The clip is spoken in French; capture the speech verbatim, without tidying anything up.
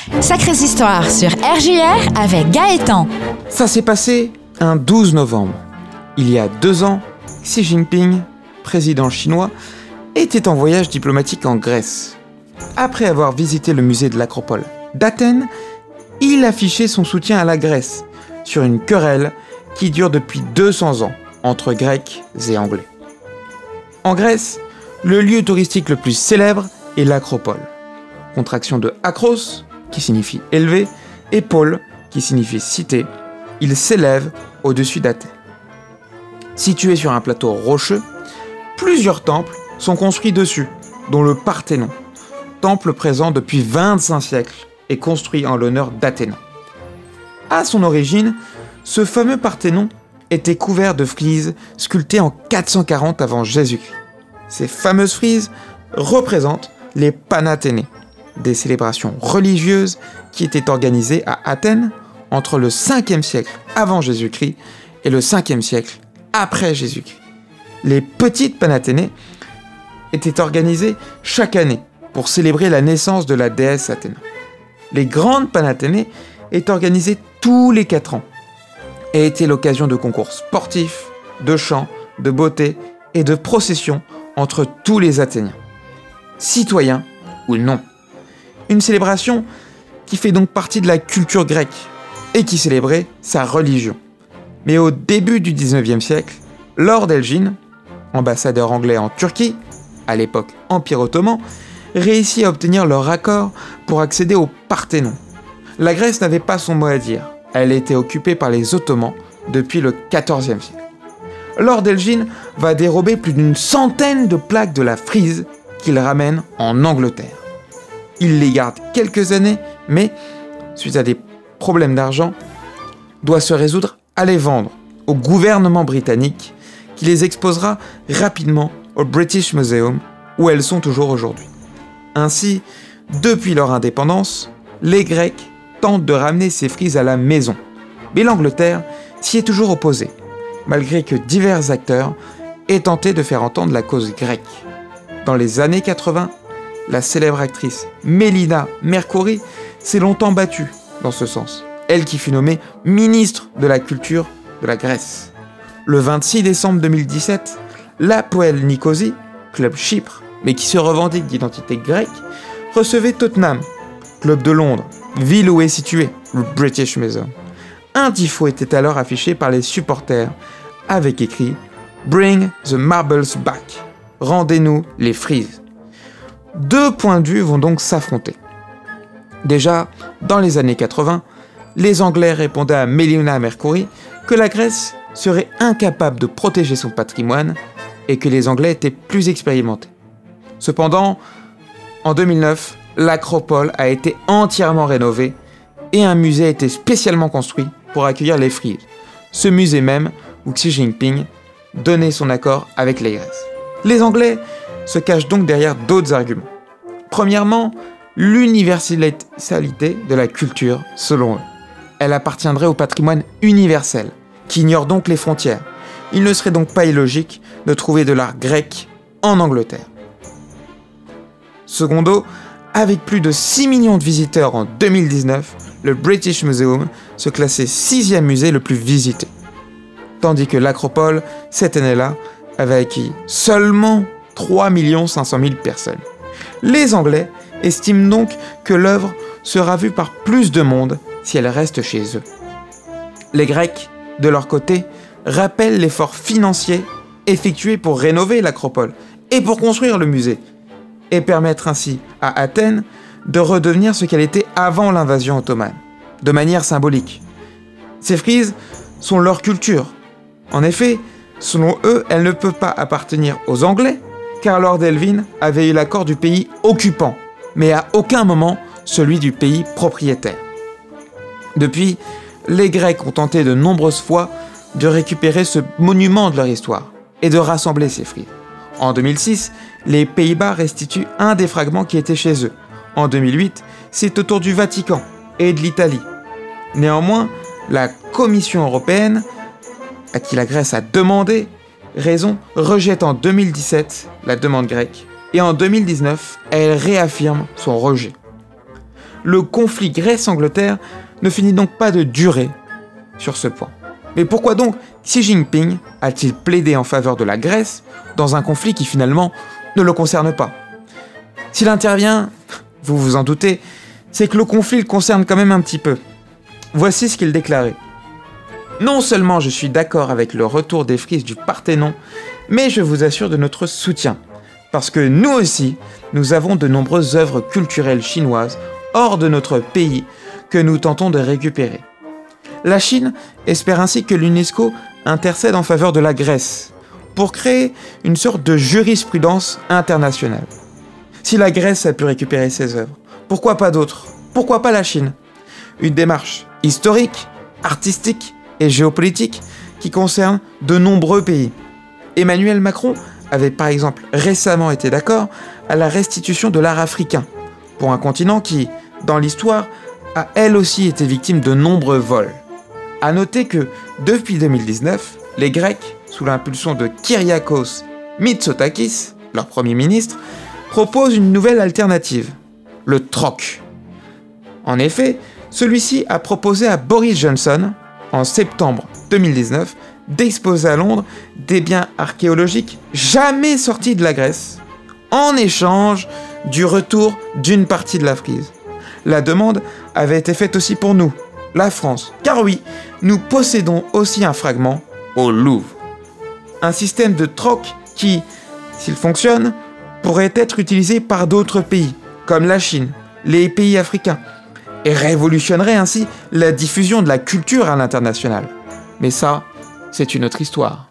Sacrées histoires sur R J R avec Gaëtan. Ça s'est passé un douze novembre. Il y a deux ans, Xi Jinping, président chinois, était en voyage diplomatique en Grèce. Après avoir visité le musée de l'Acropole d'Athènes, il affichait son soutien à la Grèce sur une querelle qui dure depuis deux cents ans entre Grecs et Anglais. En Grèce, le lieu touristique le plus célèbre est l'Acropole, contraction de Akros, qui signifie élevé, et Pôle, qui signifie cité. Il s'élève au-dessus d'Athènes. Situé sur un plateau rocheux, plusieurs temples sont construits dessus, dont le Parthénon, temple présent depuis vingt-cinq siècles et construit en l'honneur d'Athéna. À son origine, ce fameux Parthénon était couvert de frises sculptées en quatre cent quarante avant Jésus-Christ. Ces fameuses frises représentent les Panathénées, des célébrations religieuses qui étaient organisées à Athènes entre le cinquième siècle avant Jésus-Christ et le cinquième siècle après Jésus-Christ. Les petites Panathénées étaient organisées chaque année pour célébrer la naissance de la déesse Athéna. Les grandes Panathénées étaient organisées tous les quatre ans et étaient l'occasion de concours sportifs, de chants, de beauté et de processions entre tous les Athéniens, citoyens ou non. Une célébration qui fait donc partie de la culture grecque et qui célébrait sa religion. Mais au début du dix-neuvième siècle, Lord Elgin, ambassadeur anglais en Turquie, à l'époque Empire ottoman, réussit à obtenir leur accord pour accéder au Parthénon. La Grèce n'avait pas son mot à dire. Elle était occupée par les Ottomans depuis le quatorzième siècle. Lord Elgin va dérober plus d'une centaine de plaques de la frise qu'il ramène en Angleterre. Il les garde quelques années, mais, suite à des problèmes d'argent, doit se résoudre à les vendre au gouvernement britannique qui les exposera rapidement au British Museum où elles sont toujours aujourd'hui. Ainsi, depuis leur indépendance, les Grecs tentent de ramener ces frises à la maison. Mais l'Angleterre s'y est toujours opposée, malgré que divers acteurs aient tenté de faire entendre la cause grecque. Dans les années quatre-vingts, la célèbre actrice Melina Mercouri s'est longtemps battue dans ce sens, elle qui fut nommée ministre de la culture de la Grèce. Le vingt-six décembre deux mille dix-sept, l'Hapoël Nicosie, club Chypre, mais qui se revendique d'identité grecque, recevait Tottenham, club de Londres, ville où est situé le British Museum. Un tifo était alors affiché par les supporters avec écrit « Bring the marbles back », rendez-nous les frises. Deux points de vue vont donc s'affronter. Déjà, dans les années quatre-vingts, les Anglais répondaient à Melina Mercouri que la Grèce serait incapable de protéger son patrimoine et que les Anglais étaient plus expérimentés. Cependant, en deux mille neuf, l'Acropole a été entièrement rénovée et un musée a été spécialement construit pour accueillir les frises. Ce musée même où Xi Jinping donnait son accord avec les Grecs. Les Anglais se cachent donc derrière d'autres arguments. Premièrement, l'universalité de la culture, selon eux. Elle appartiendrait au patrimoine universel, qui ignore donc les frontières. Il ne serait donc pas illogique de trouver de l'art grec en Angleterre. Secondo, avec plus de six millions de visiteurs en deux mille dix-neuf, le British Museum se classait sixième musée le plus visité. Tandis que l'Acropole, cette année-là, avait accueilli seulement trois millions cinq cent mille personnes. Les Anglais estiment donc que l'œuvre sera vue par plus de monde si elle reste chez eux. Les Grecs, de leur côté, rappellent l'effort financier effectué pour rénover l'Acropole et pour construire le musée, et permettre ainsi à Athènes de redevenir ce qu'elle était avant l'invasion ottomane, de manière symbolique. Ces frises sont leur culture. En effet, selon eux, elle ne peut pas appartenir aux Anglais, car Lord Elgin avait eu l'accord du pays occupant, mais à aucun moment celui du pays propriétaire. Depuis, les Grecs ont tenté de nombreuses fois de récupérer ce monument de leur histoire et de rassembler ces frises. En deux mille six, les Pays-Bas restituent un des fragments qui était chez eux. En deux mille huit, c'est au tour du Vatican et de l'Italie. Néanmoins, la Commission européenne, à qui la Grèce a demandé raison, rejette en deux mille dix-sept la demande grecque et en deux mille dix-neuf, elle réaffirme son rejet. le conflit Grèce-Angleterre ne finit donc pas de durer sur ce point. Mais pourquoi donc Xi Jinping a-t-il plaidé en faveur de la Grèce dans un conflit qui finalement ne le concerne pas ? S'il intervient, vous vous en doutez, c'est que le conflit le concerne quand même un petit peu. Voici ce qu'il déclarait. « Non seulement je suis d'accord avec le retour des frises du Parthénon, mais je vous assure de notre soutien. Parce que nous aussi, nous avons de nombreuses œuvres culturelles chinoises hors de notre pays que nous tentons de récupérer. La Chine espère ainsi que l'UNESCO intercède en faveur de la Grèce pour créer une sorte de jurisprudence internationale. Si la Grèce a pu récupérer ses œuvres, pourquoi pas d'autres ? Pourquoi pas la Chine ? Une démarche historique, artistique et géopolitique qui concerne de nombreux pays. Emmanuel Macron avait par exemple récemment été d'accord à la restitution de l'art africain pour un continent qui, dans l'histoire, a elle aussi été victime de nombreux vols. A noter que, depuis deux mille dix-neuf, les Grecs, sous l'impulsion de Kyriakos Mitsotakis, leur premier ministre, proposent une nouvelle alternative, le troc. En effet, celui-ci a proposé à Boris Johnson, en septembre deux mille dix-neuf, d'exposer à Londres des biens archéologiques jamais sortis de la Grèce, en échange du retour d'une partie de la frise. La demande avait été faite aussi pour nous, la France, car oui, nous possédons aussi un fragment au Louvre. Un système de troc qui, s'il fonctionne, pourrait être utilisé par d'autres pays, comme la Chine, les pays africains, et révolutionnerait ainsi la diffusion de la culture à l'international. Mais ça, c'est une autre histoire.